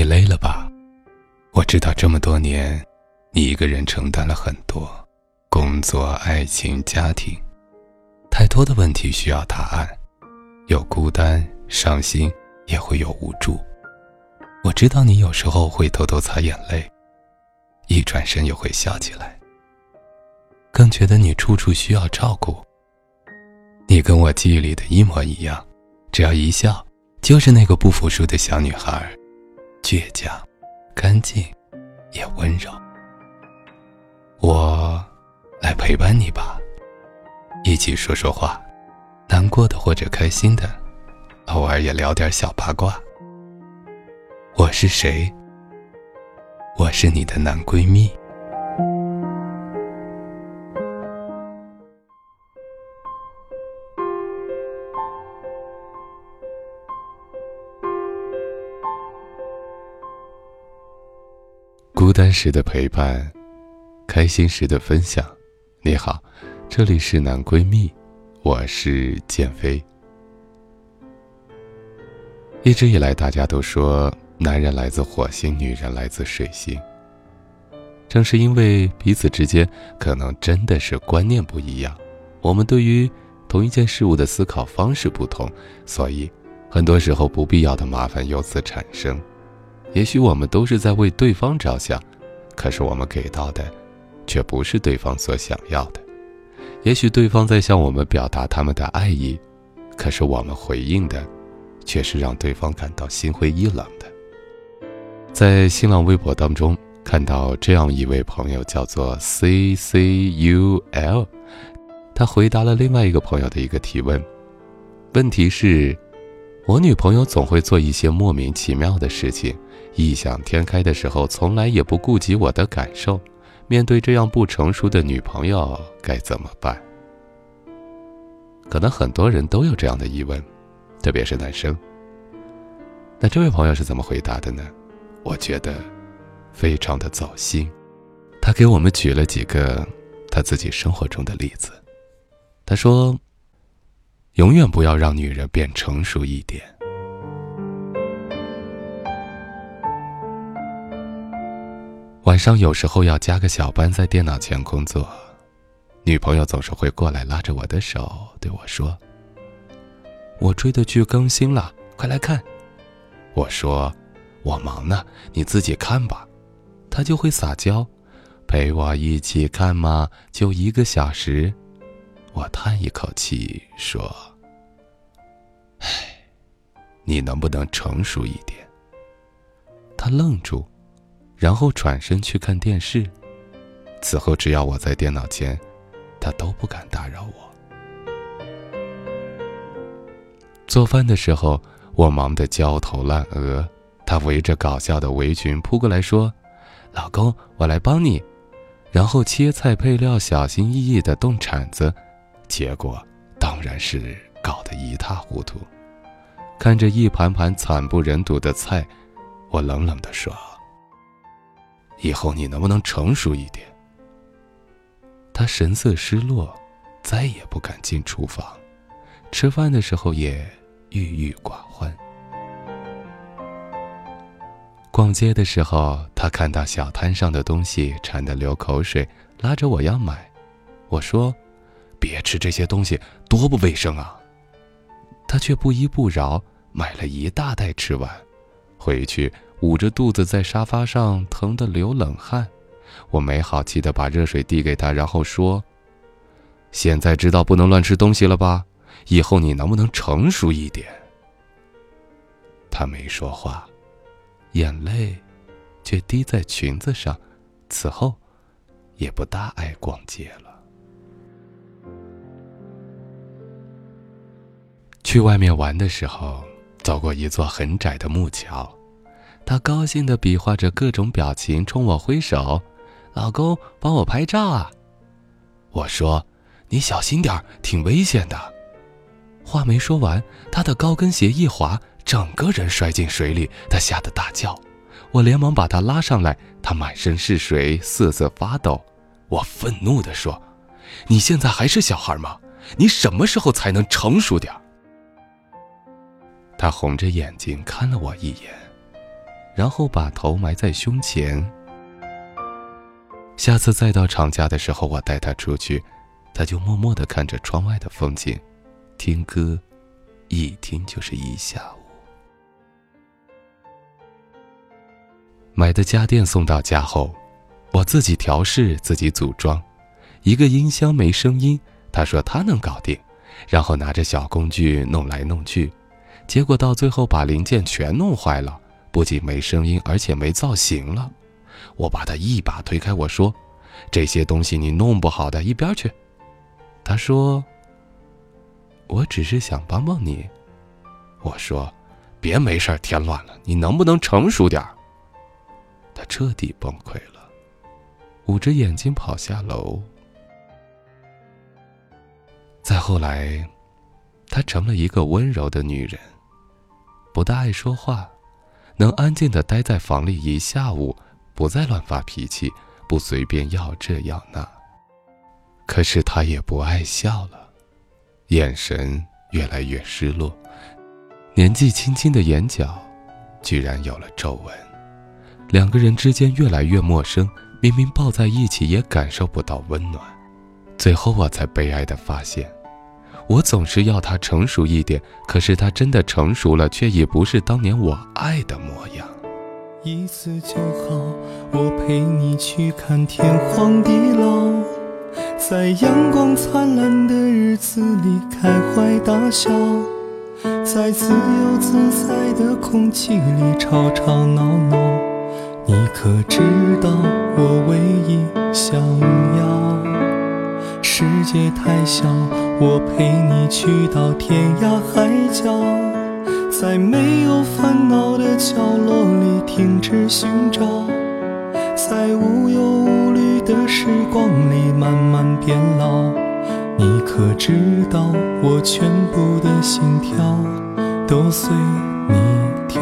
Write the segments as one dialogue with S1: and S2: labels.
S1: 累了吧？我知道这么多年，你一个人承担了很多，工作、爱情、家庭，太多的问题需要答案，有孤单、伤心，也会有无助。我知道你有时候会偷偷擦眼泪，一转身又会笑起来，更觉得你处处需要照顾。你跟我记忆里的一模一样，只要一笑，就是那个不服输的小女孩，倔强、干净，也温柔。我来陪伴你吧，一起说说话，难过的或者开心的，偶尔也聊点小八卦。我是谁？我是你的男闺蜜。孤单时的陪伴，开心时的分享。你好，这里是男闺蜜，我是建飞。一直以来大家都说男人来自火星，女人来自水星。正是因为彼此之间可能真的是观念不一样，我们对于同一件事物的思考方式不同，所以很多时候不必要的麻烦由此产生。也许我们都是在为对方着想，可是我们给到的却不是对方所想要的。也许对方在向我们表达他们的爱意，可是我们回应的却是让对方感到心灰意冷的。在新浪微博当中看到这样一位朋友，叫做 CCUL， 他回答了另外一个朋友的一个提问。问题是，我女朋友总会做一些莫名其妙的事情，异想天开的时候从来也不顾及我的感受，面对这样不成熟的女朋友该怎么办？可能很多人都有这样的疑问，特别是男生。那这位朋友是怎么回答的呢？我觉得非常的走心。他给我们举了几个他自己生活中的例子。他说，永远不要让女人变成熟一点。晚上有时候要加个小班在电脑前工作，女朋友总是会过来拉着我的手对我说，我追的剧更新了，快来看。我说，我忙呢，你自己看吧。她就会撒娇，陪我一起看嘛，就1个小时。我叹一口气说，唉，你能不能成熟一点？她愣住，然后转身去看电视。此后只要我在电脑前，她都不敢打扰我。做饭的时候，我忙得焦头烂额，她围着搞笑的围裙扑过来说，老公，我来帮你。然后切菜配料，小心翼翼地动铲子，结果当然是搞得一塌糊涂。看着一盘盘惨不忍睹的菜，我冷冷地说，以后你能不能成熟一点？他神色失落，再也不敢进厨房，吃饭的时候也郁郁寡欢。逛街的时候，他看到小摊上的东西馋得流口水，拉着我要买。我说，别吃这些东西，多不卫生啊。他却不依不饶，买了一大袋吃完，回去捂着肚子在沙发上疼得流冷汗。我没好气地把热水递给他，然后说，现在知道不能乱吃东西了吧？以后你能不能成熟一点？他没说话，眼泪却滴在裙子上，此后也不大爱逛街了。去外面玩的时候，走过一座很窄的木桥，他高兴地比划着各种表情，冲我挥手，老公，帮我拍照啊。我说，你小心点，挺危险的。话没说完，他的高跟鞋一滑，整个人摔进水里，他吓得大叫。我连忙把他拉上来，他满身是水，瑟瑟发抖。我愤怒地说，你现在还是小孩吗？你什么时候才能成熟点？他红着眼睛看了我一眼， 然后把头埋在胸前。下次再到厂家的时候，我带他出去，他就默默地看着窗外的风景，听歌，一听就是一下午。买的家电送到家后，我自己调试，自己组装。一个音箱没声音，他说他能搞定，然后拿着小工具弄来弄去，结果到最后把零件全弄坏了，不仅没声音，而且没造型了。我把他一把推开，我说：“这些东西你弄不好的，一边去。”他说：“我只是想帮帮你。”我说：“别没事添乱了，你能不能成熟点？”他彻底崩溃了，捂着眼睛跑下楼。再后来，她成了一个温柔的女人，不大爱说话，能安静地待在房里一下午，不再乱发脾气，不随便要这要那。可是她也不爱笑了，眼神越来越失落，年纪轻轻的眼角居然有了皱纹。两个人之间越来越陌生，明明抱在一起也感受不到温暖。最后我才悲哀地发现，我总是要他成熟一点，可是他真的成熟了，却已不是当年我爱的模样。
S2: 一次就好，我陪你去看天荒地老，在阳光灿烂的日子里开怀大笑，在自由自在的空气里吵吵闹闹。你可知道我唯一想要，世界太小，我陪你去到天涯海角，在没有烦恼的角落里停止寻找，在无忧无虑的时光里慢慢变老。你可知道我全部的心跳都随你跳。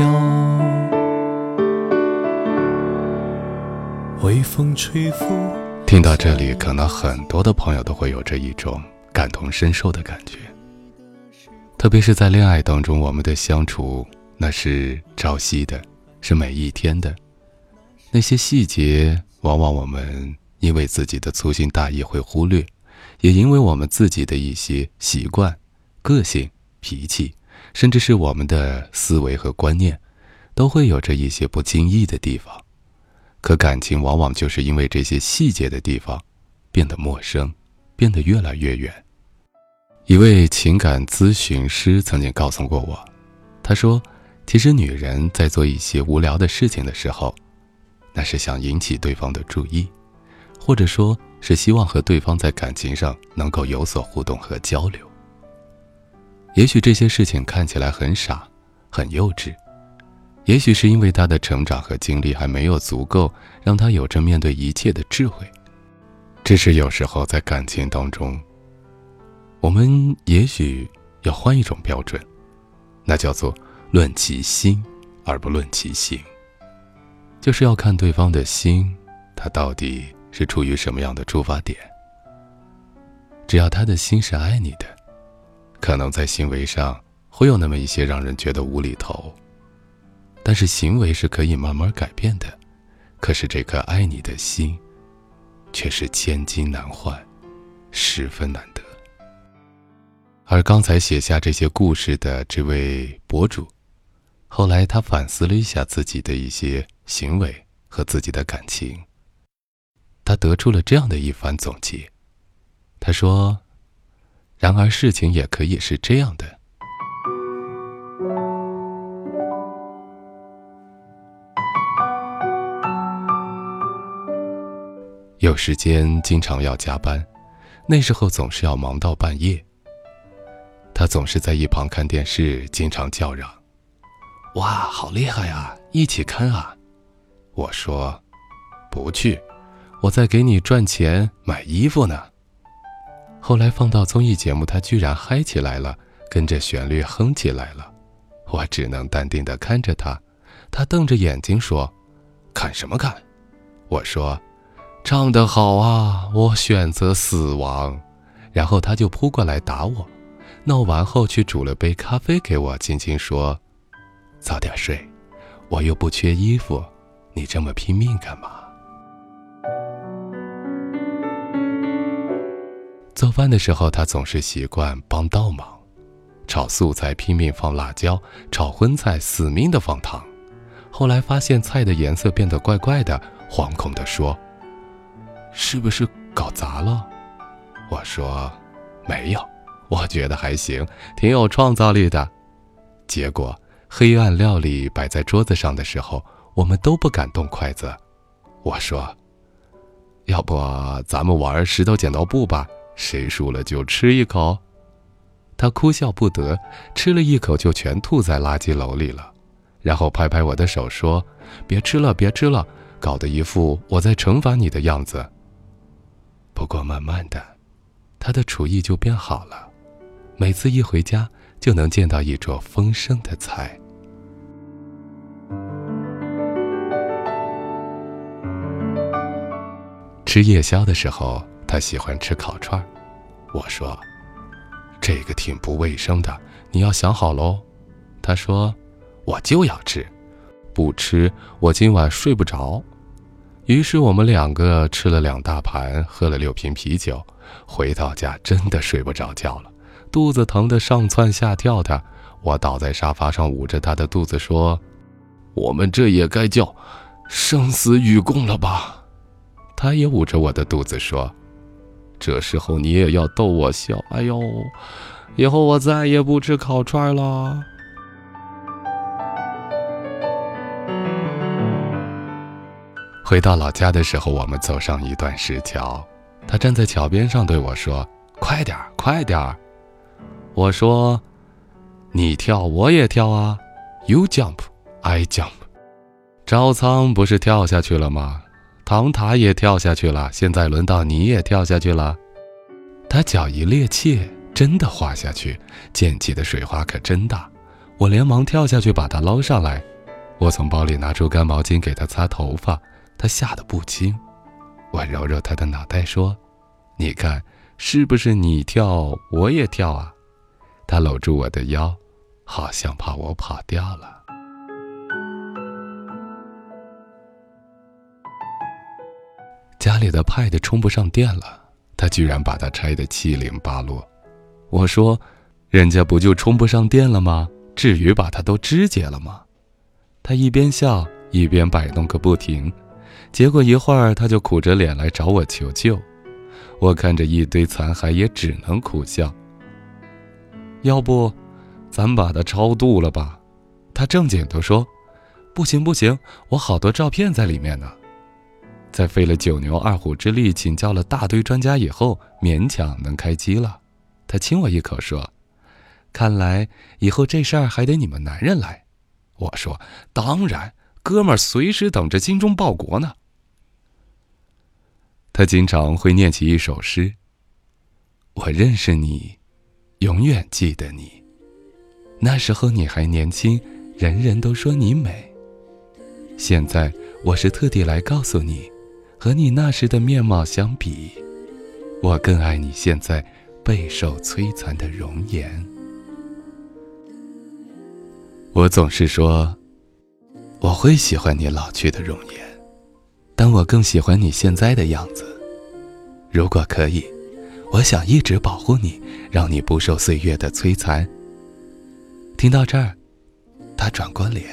S2: 微风吹拂。
S1: 听到这里，可能很多的朋友都会有这一种感同身受的感觉，特别是在恋爱当中，我们的相处那是朝夕的，是每一天的，那些细节往往我们因为自己的粗心大意会忽略，也因为我们自己的一些习惯、个性、脾气，甚至是我们的思维和观念，都会有着一些不经意的地方。可感情往往就是因为这些细节的地方变得陌生，变得越来越远。一位情感咨询师曾经告诉过我，他说，其实女人在做一些无聊的事情的时候，那是想引起对方的注意，或者说是希望和对方在感情上能够有所互动和交流。也许这些事情看起来很傻，很幼稚，也许是因为他的成长和经历还没有足够让他有着面对一切的智慧。只是有时候在感情当中，我们也许要换一种标准，那叫做论其心而不论其行，就是要看对方的心，他到底是出于什么样的出发点。只要他的心是爱你的，可能在行为上会有那么一些让人觉得无厘头，但是行为是可以慢慢改变的，可是这颗爱你的心却是千金难换，十分难得。而刚才写下这些故事的这位博主，后来他反思了一下自己的一些行为和自己的感情，他得出了这样的一番总结。他说，然而事情也可以是这样的，有时间经常要加班，那时候总是要忙到半夜。他总是在一旁看电视，经常叫嚷，哇，好厉害啊，一起看啊。我说，不去，我在给你赚钱买衣服呢。后来放到综艺节目，他居然嗨起来了，跟着旋律哼起来了。我只能淡定地看着他，他瞪着眼睛说，看什么看？我说，唱得好啊，我选择死亡。然后他就扑过来打我，闹完后去煮了杯咖啡给我，轻轻说，早点睡， 我又不缺衣服，你这么拼命干嘛？做饭的时候，他总是习惯帮倒忙，炒素菜拼命放辣椒，炒荤菜死命地放糖。后来发现菜的颜色变得怪怪的，惶恐地说：“是不是搞砸了？”我说：“没有，我觉得还行，挺有创造力的。”结果黑暗料理摆在桌子上的时候，我们都不敢动筷子。我说：“要不咱们玩石头剪刀布吧，谁输了就吃一口。”他哭笑不得，吃了一口就全吐在垃圾篓里了，然后拍拍我的手说：“别吃了，别吃了，搞得一副我在惩罚你的样子。”不过慢慢的，他的厨艺就变好了，每次一回家就能见到一桌丰盛的菜。吃夜宵的时候，他喜欢吃烤串。我说：“这个挺不卫生的，你要想好喽。”他说：“我就要吃，不吃我今晚睡不着。”于是我们2个吃了2大盘，喝了6瓶啤酒，回到家真的睡不着觉了，肚子疼得上蹿下跳的。我倒在沙发上捂着他的肚子说：“我们这也该叫生死与共了吧？”他也捂着我的肚子说：“这时候你也要逗我笑，哎呦，以后我再也不吃烤串了。”回到老家的时候，我们走上一段石桥，他站在桥边上对我说：“快点儿，快点儿。”我说：“你跳我也跳啊 ，You jump, I jump。”招仓不是跳下去了吗？唐塔也跳下去了，现在轮到你也跳下去了。他脚一趔趄，真的滑下去，溅起的水花可真大。我连忙跳下去把他捞上来。我从包里拿出干毛巾给他擦头发，他吓得不轻。我揉揉他的脑袋说：“你看，是不是你跳我也跳啊？”他搂住我的腰，好像怕我跑掉了。家里的派的充不上电了，他居然把它拆得七零八落。我说：“人家不就充不上电了吗？至于把它都肢解了吗？”他一边笑一边摆弄个不停，结果一会儿他就苦着脸来找我求救。我看着一堆残骸也只能苦笑。要不咱把它超度了吧？他正经地说：“不行不行，我好多照片在里面呢。”在费了9牛2虎之力请教了大堆专家以后，勉强能开机了。他亲我一口说：“看来以后这事儿还得你们男人来。”我说：“当然，哥们儿随时等着精忠报国呢。”他经常会念起一首诗：“我认识你，永远记得你。那时候你还年轻，人人都说你美。现在我是特地来告诉你，和你那时的面貌相比，我更爱你现在备受摧残的容颜。”我总是说，我会喜欢你老去的容颜，但我更喜欢你现在的样子。如果可以，我想一直保护你，让你不受岁月的摧残。听到这儿，他转过脸，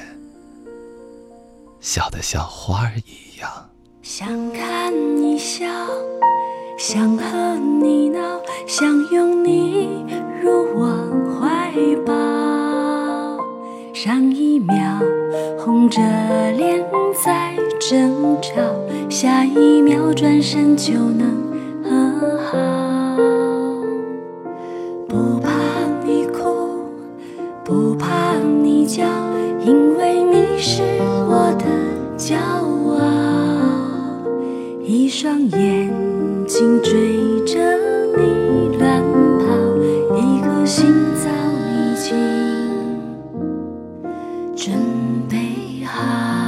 S1: 笑得像花儿一样。
S3: 想看你笑，想和你闹，想拥你入我怀抱。上一秒红着脸在争吵，下一秒转身就能和好。不怕你哭，不怕你叫，因为你是我的骄傲。一双眼睛追着你乱跑，一颗心早已经准备好。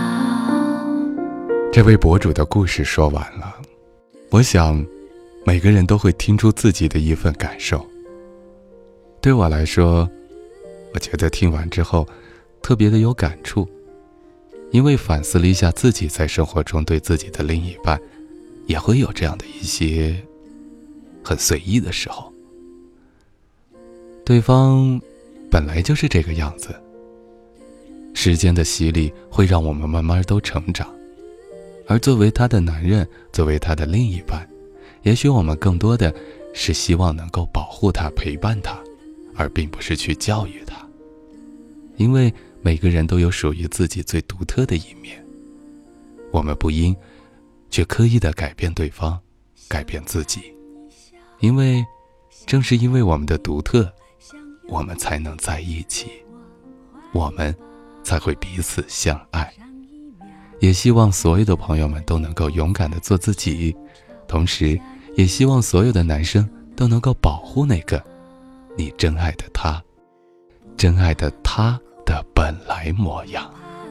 S1: 这位博主的故事说完了，我想每个人都会听出自己的一份感受。对我来说，我觉得听完之后特别的有感触。 因为反思了一下自己在生活中对自己的另一半，也会有这样的一些很随意的时候。对方本来就是这个样子，时间的洗礼会让我们慢慢都成长，而作为他的男人，作为他的另一半，也许我们更多的是希望能够保护他，陪伴他，而并不是去教育他。因为每个人都有属于自己最独特的一面，我们不应去刻意的改变对方，改变自己。因为正是因为我们的独特，我们才能在一起，我们才会彼此相爱。也希望所有的朋友们都能够勇敢地做自己，同时也希望所有的男生都能够保护那个你真爱的他，真爱的他的本来模样。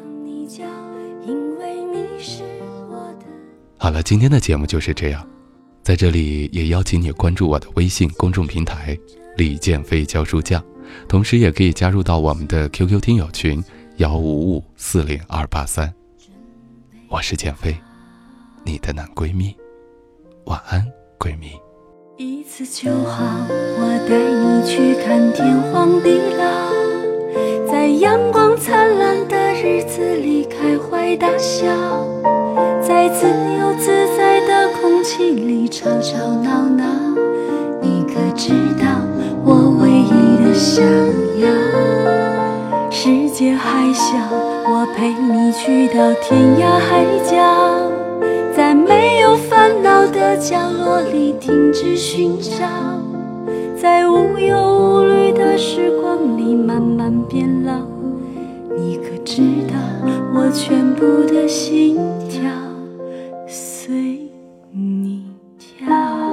S1: 好了，今天的节目就是这样，在这里也邀请你关注我的微信公众平台李建飞教书匠，同时也可以加入到我们的 QQ 听友群155402883。我是建飞，你的男闺蜜，晚安闺蜜。
S3: 一次就好，我带你去看天荒地老，在阳光灿烂的日子里开怀大笑，在自由自在的空气里吵吵闹闹。你可知道我唯一的想要，世界还小，我陪你去到天涯海角，在没有烦恼的角落里停止寻找，在无忧无虑的时光里慢慢变老。你可知道我全部的心跳随你跳。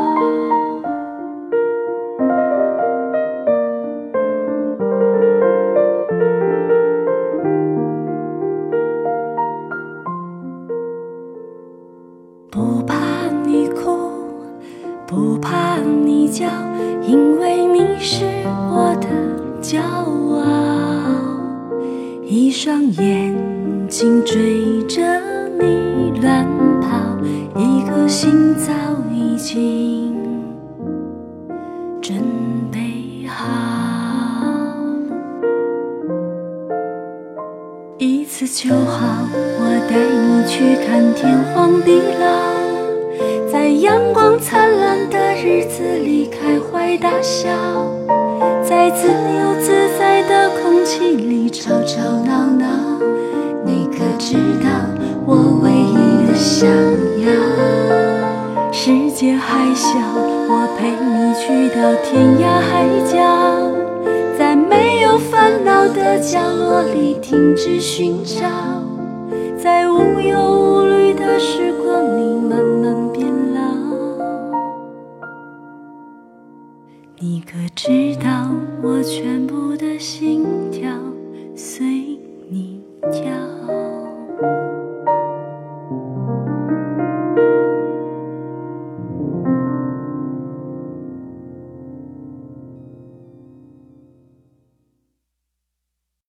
S3: 不怕你哭，不怕你叫，因为你是我的骄傲。一双眼睛追着你乱跑，一颗心早已经准备好。一次就好，我带你去看天荒地老，在阳光灿烂的日子里开怀大笑，在自由自在的空气里吵吵闹闹。你可知道我唯一的想要，世界还小，我陪你去到天涯海角，在没有烦恼的角落里停止寻找，在无忧无虑的时光里慢慢变老。你可知道我全部的心跳随